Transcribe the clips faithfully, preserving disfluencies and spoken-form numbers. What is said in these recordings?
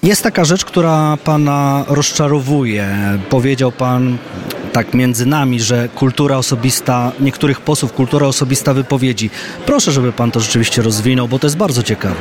Jest taka rzecz, która pana rozczarowuje. Powiedział pan tak między nami, że kultura osobista, niektórych posłów, kultura osobista wypowiedzi. Proszę, żeby pan to rzeczywiście rozwinął, bo to jest bardzo ciekawe.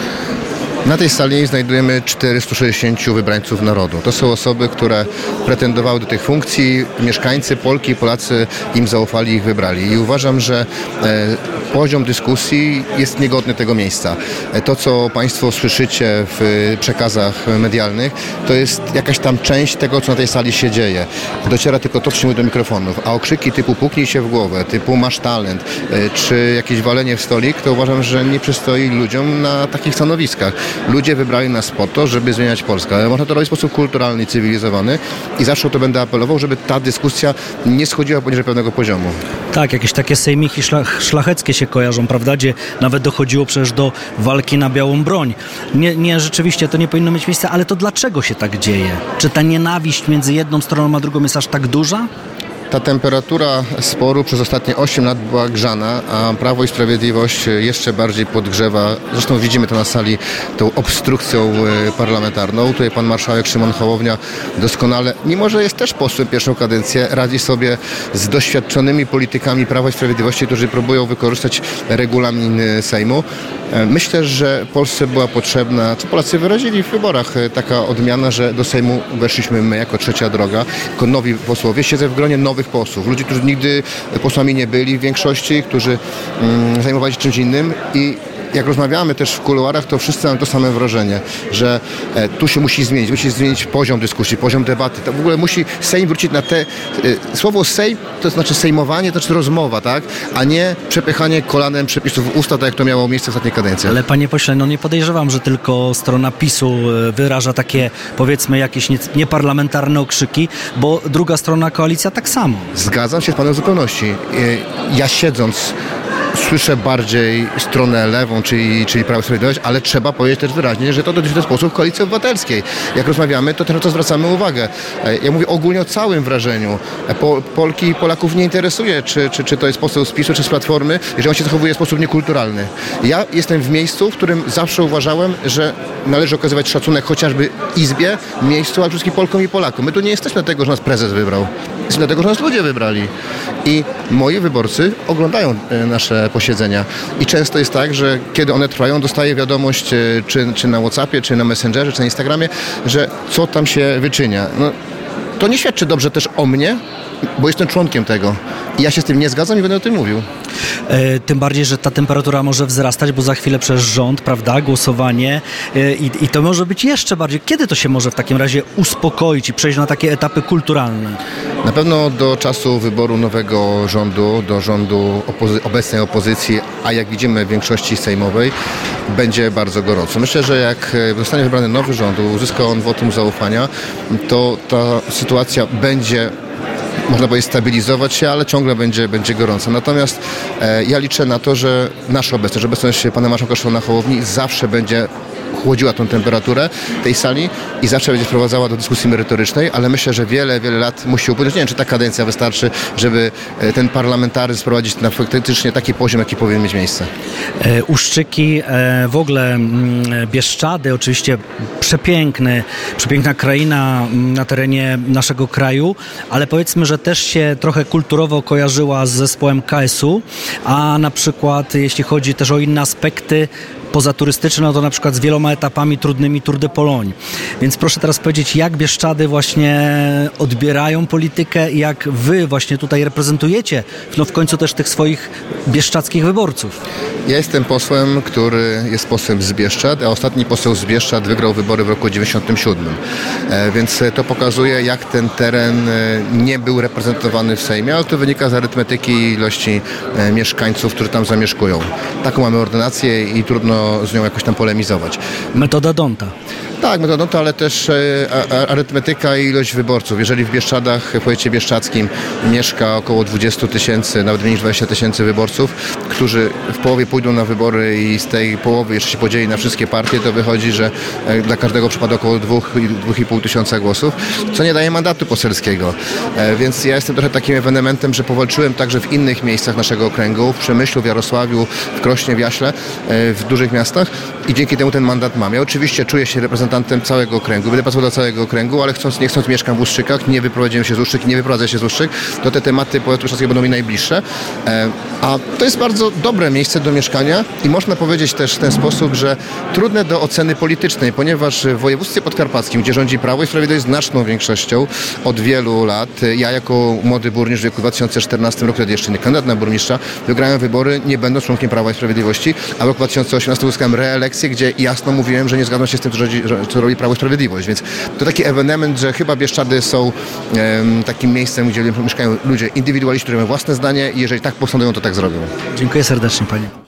Na tej sali znajdujemy czterystu sześćdziesięciu wybrańców narodu. To są osoby, które pretendowały do tych funkcji. Mieszkańcy, Polki i Polacy im zaufali, ich wybrali. I uważam, że e, poziom dyskusji jest niegodny tego miejsca. E, to, co państwo słyszycie w przekazach medialnych, to jest jakaś tam część tego, co na tej sali się dzieje. Dociera tylko to, co się mówi do mikrofonów. A okrzyki typu puknij się w głowę, typu masz talent, e, czy jakieś walenie w stolik, to uważam, że nie przystoi ludziom na takich stanowiskach. Ludzie wybrali nas po to, żeby zmieniać Polskę. Ale można to robić w sposób kulturalny i cywilizowany i zawsze o to będę apelował, żeby ta dyskusja nie schodziła poniżej pewnego poziomu. Tak, jakieś takie sejmiki szlach, szlacheckie się kojarzą, prawda, gdzie nawet dochodziło przecież do walki na białą broń. Nie, nie, rzeczywiście to nie powinno mieć miejsca, ale to dlaczego się tak dzieje? Czy ta nienawiść między jedną stroną a drugą jest aż tak duża? Ta temperatura sporu przez ostatnie osiem lat była grzana, a Prawo i Sprawiedliwość jeszcze bardziej podgrzewa. Zresztą widzimy to na sali, tą obstrukcją parlamentarną. Tutaj pan marszałek Szymon Hołownia doskonale, mimo że jest też posłem pierwszą kadencję, radzi sobie z doświadczonymi politykami Prawa i Sprawiedliwości, którzy próbują wykorzystać regulamin Sejmu. Myślę, że Polsce była potrzebna, co Polacy wyrazili w wyborach, taka odmiana, że do Sejmu weszliśmy my jako trzecia droga, jako nowi posłowie. Siedzę w gronie nowych posłów, ludzi, którzy nigdy posłami nie byli w większości, którzy mm, zajmowali się czymś innym i jak rozmawiamy też w kuluarach, to wszyscy mamy to same wrażenie, że e, tu się musi zmienić, musi zmienić poziom dyskusji, poziom debaty. To w ogóle musi Sejm wrócić na te... E, słowo Sejm to znaczy sejmowanie, to znaczy rozmowa, tak? A nie przepychanie kolanem przepisów w usta, tak jak to miało miejsce w ostatniej kadencji. Ale panie pośle, no nie podejrzewam, że tylko strona PiSu wyraża takie, powiedzmy, jakieś nie, nieparlamentarne okrzyki, bo druga strona, koalicja tak samo. Zgadzam się z panem w zupełności. E, ja siedząc słyszę bardziej stronę lewą, czyli, czyli Prawo i Sprawiedliwość, ale trzeba powiedzieć też wyraźnie, że to dotyczy w ten sposób Koalicji Obywatelskiej. Jak rozmawiamy, to też na to zwracamy uwagę. Ja mówię ogólnie o całym wrażeniu. Po, Polki i Polaków nie interesuje, czy, czy, czy to jest poseł z PiSu, czy z Platformy, jeżeli on się zachowuje w sposób niekulturalny. Ja jestem w miejscu, w którym zawsze uważałem, że należy okazywać szacunek chociażby Izbie, miejscu, ale wszystkim Polkom i Polakom. My tu nie jesteśmy dlatego, że nas prezes wybrał. Jesteśmy dlatego, że nas ludzie wybrali. I moi wyborcy oglądają nasze posiedzenia. I często jest tak, że kiedy one trwają, dostaję wiadomość czy, czy na WhatsAppie, czy na Messengerze, czy na Instagramie, że co tam się wyczynia. No, to nie świadczy dobrze też o mnie, bo jestem członkiem tego. I ja się z tym nie zgadzam i będę o tym mówił. E, tym bardziej, że ta temperatura może wzrastać, bo za chwilę przez rząd, prawda, głosowanie e, i, i to może być jeszcze bardziej. Kiedy to się może w takim razie uspokoić i przejść na takie etapy kulturalne? Na pewno do czasu wyboru nowego rządu, do rządu opozy- obecnej opozycji, a jak widzimy w większości sejmowej, będzie bardzo gorąco. Myślę, że jak zostanie wybrany nowy rząd, uzyska on wotum zaufania, to ta sytuacja będzie, można powiedzieć, stabilizować się, ale ciągle będzie, będzie gorąco. Natomiast e, ja liczę na to, że nasza obecność, że obecność pana marszałka Szymona Hołowni zawsze będzie chłodziła tą temperaturę tej sali i zawsze będzie wprowadzała do dyskusji merytorycznej, ale myślę, że wiele, wiele lat musi upłynąć. Nie wiem, czy ta kadencja wystarczy, żeby ten parlamentaryzm sprowadzić na faktycznie taki poziom, jaki powinien mieć miejsce. E, Uszczyki, e, w ogóle m, Bieszczady, oczywiście przepiękny, przepiękna kraina na terenie naszego kraju, ale powiedzmy, że też się trochę kulturowo kojarzyła z zespołem K S U, a na przykład jeśli chodzi też o inne aspekty pozaturystyczne, no to na przykład z wieloma etapami trudnymi Tour de Pologne. Więc proszę teraz powiedzieć, jak Bieszczady właśnie odbierają politykę i jak wy właśnie tutaj reprezentujecie no w końcu też tych swoich bieszczadzkich wyborców. Ja jestem posłem, który jest posłem z Bieszczad, a ostatni poseł z Bieszczad wygrał wybory w roku dziewięćdziesiątym siódmym. E, więc to pokazuje, jak ten teren nie był reprezentowany w Sejmie, ale to wynika z arytmetyki ilości e, mieszkańców, którzy tam zamieszkują. Taką mamy ordynację i trudno z nią jakoś tam polemizować. Metoda Donta. Tak, metoda Donta, ale też e, arytmetyka i ilość wyborców. Jeżeli w Bieszczadach, w powiecie bieszczadzkim mieszka około dwadzieścia tysięcy, nawet mniej niż dwadzieścia tysięcy wyborców, którzy w połowie pójdą na wybory i z tej połowy jeszcze się podzieli na wszystkie partie, to wychodzi, że e, dla każdego przypada około dwa i pół tysiąca głosów, co nie daje mandatu poselskiego. E, więc ja jestem trochę takim ewenementem, że powalczyłem także w innych miejscach naszego okręgu, w Przemyślu, w Jarosławiu, w Krośnie, w Jaśle, e, w dużych dużych miastach i dzięki temu ten mandat mam. Ja oczywiście czuję się reprezentantem całego okręgu, będę pracował dla całego okręgu, ale chcąc nie chcąc mieszkam w Ustrzykach, nie wyprowadziłem się z Ustrzyk, nie wyprowadzę się z Ustrzyk, to te tematy powiatu warszawskiego będą mi najbliższe. A to jest bardzo dobre miejsce do mieszkania i można powiedzieć też w ten sposób, że trudne do oceny politycznej, ponieważ w województwie podkarpackim, gdzie rządzi Prawo i Sprawiedliwość znaczną większością od wielu lat, ja jako młody burmistrz w wieku dwa tysiące czternastym roku, wtedy jeszcze nie kandydat na burmistrza, wygrałem wybory nie będąc członkiem Prawa i Sprawiedliwości, a w roku dwa tysiące osiemnastym uzyskałem reelekcję, gdzie jasno mówiłem, że nie zgadzam się z tym, co, rodzi, co robi Prawo i Sprawiedliwość. Więc to taki ewenement, że chyba Bieszczady są um, takim miejscem, gdzie mieszkają ludzie indywidualiści, którzy mają własne zdanie i jeżeli tak postanowią, to tak zrobią. Dziękuję serdecznie, panie.